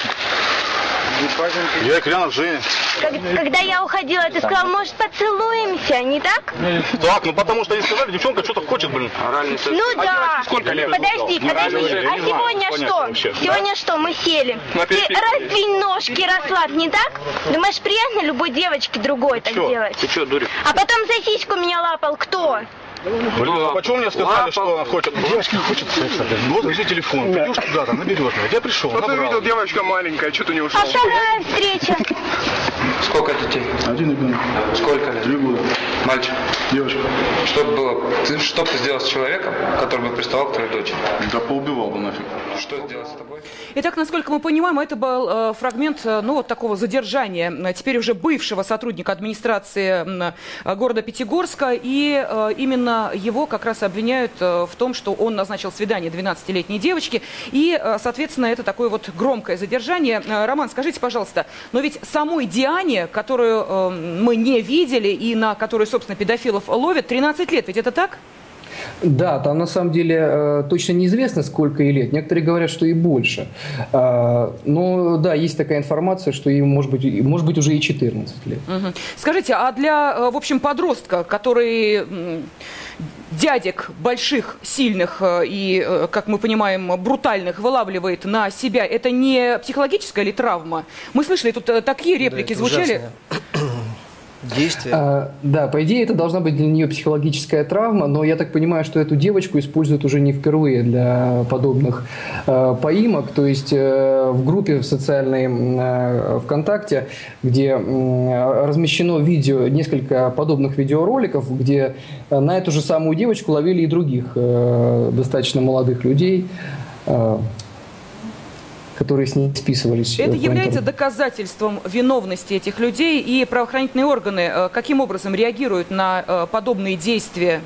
Я Клянов Женя. Когда я уходила, ты сказал, может, поцелуемся, не так? Так, ну потому что они сказали, девчонка что-то хочет, блин. Ну да. Сколько лет? Подожди. А сегодня что? Сегодня что? Мы сели. Ты раздвинь ножки, расслабь, не так? Думаешь, приятно любой девочке другой так делать? Ты что, дурик? А потом за сиську меня лапал кто? Блин, а почему мне сказали, что она хочет? Девочка хочет секса. Вот, держи телефон. Пойдешь туда-то, наберешь меня. Я пришел, набрал. Видел, девочка маленькая, что ты не ушел? А вторая встреча. Сколько детей? Один ребенок. Сколько лет? 3 года. Мальчик. Девочка. Что бы было? Что бы ты сделал с человеком, который бы приставал к твоей дочери? Да поубивал бы нафиг. Что сделать с тобой? Итак, насколько мы понимаем, это был фрагмент, ну, вот такого задержания теперь уже бывшего сотрудника администрации города Пятигорска, и именно его как раз обвиняют в том, что он назначил свидание 12-летней девочки, и, соответственно, это такое вот громкое задержание. Роман, скажите, пожалуйста, но ведь самой Диане, которую мы не видели и на которую, собственно, педофилов ловят, 13 лет, ведь это так? Да, там на самом деле точно неизвестно, сколько ей лет. Некоторые говорят, что и больше. Но да, есть такая информация, что ей может быть уже и 14 лет. Скажите, а для, в общем, подростка, который дядек больших, сильных и, как мы понимаем, брутальных вылавливает на себя, это не психологическая ли травма? Мы слышали, тут такие реплики звучали. Действие. Да, по идее, это должна быть для нее психологическая травма, но я так понимаю, что эту девочку используют уже не впервые для подобных поимок. То есть в группе в социальной ВКонтакте, где размещено видео, несколько подобных видеороликов, где на эту же самую девочку ловили и других достаточно молодых людей, которые с ней списывались. Это является доказательством виновности этих людей, и правоохранительные органы каким образом реагируют на подобные действия?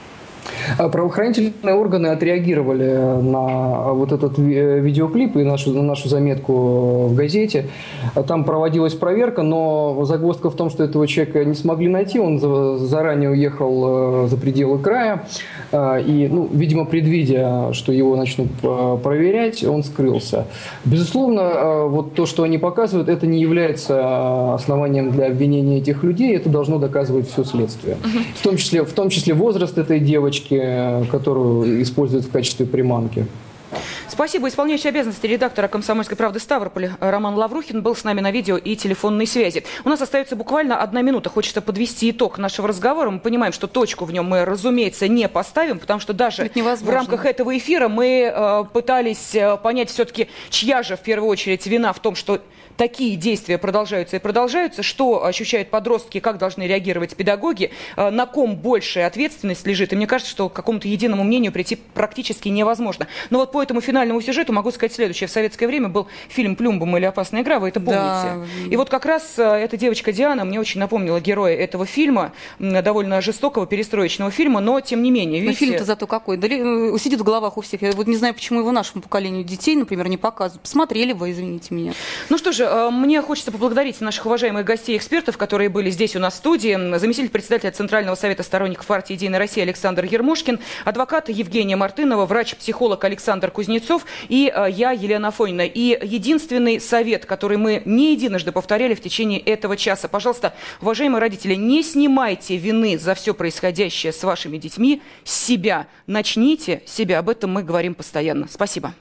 Правоохранительные органы отреагировали на вот этот видеоклип и на нашу заметку в газете. Там проводилась проверка, но загвоздка в том, что этого человека не смогли найти. Он заранее уехал за пределы края. И, видимо, предвидя, что его начнут проверять, он скрылся. Безусловно, вот то, что они показывают, это не является основанием для обвинения этих людей. Это должно доказывать все следствие. В том числе возраст этой девочки, которую используют в качестве приманки. Спасибо. Исполняющий обязанности редактора «Комсомольской правды» Ставрополя Роман Лаврухин был с нами на видео и телефонной связи. У нас остается буквально 1 минута. Хочется подвести итог нашего разговора. Мы понимаем, что точку в нем мы, разумеется, не поставим, потому что даже в рамках этого эфира мы пытались понять все-таки, чья же в первую очередь вина в том, что такие действия продолжаются и продолжаются, что ощущают подростки, как должны реагировать педагоги, на ком большая ответственность лежит. И мне кажется, что к какому-то единому мнению прийти практически невозможно. Но вот по этому финальному сюжету могу сказать следующее. В советское время был фильм «Плюмбум» или «Опасная игра», вы это помните. Да. И вот как раз эта девочка Диана мне очень напомнила героя этого фильма, довольно жестокого перестроечного фильма, но тем не менее. Видите... Фильм-то зато какой. Сидит в головах у всех. Я вот не знаю, почему его нашему поколению детей, например, не показывают. Посмотрели вы, извините меня. Ну что же, мне хочется поблагодарить наших уважаемых гостей и экспертов, которые были здесь у нас в студии. Заместитель председателя Центрального совета сторонников партии «Единая Россия» Александр Ермошкин, адвокат Евгения Мартынова, врач-психолог Александр Кузнецов и я, Елена Афонина. И единственный совет, который мы не единожды повторяли в течение этого часа. Пожалуйста, уважаемые родители, не снимайте вины за все происходящее с вашими детьми с себя. Начните себя. Об этом мы говорим постоянно. Спасибо.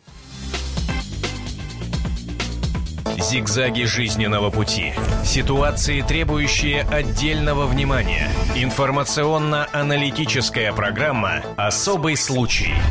Зигзаги жизненного пути. Ситуации, требующие отдельного внимания. Информационно-аналитическая программа «Особый случай».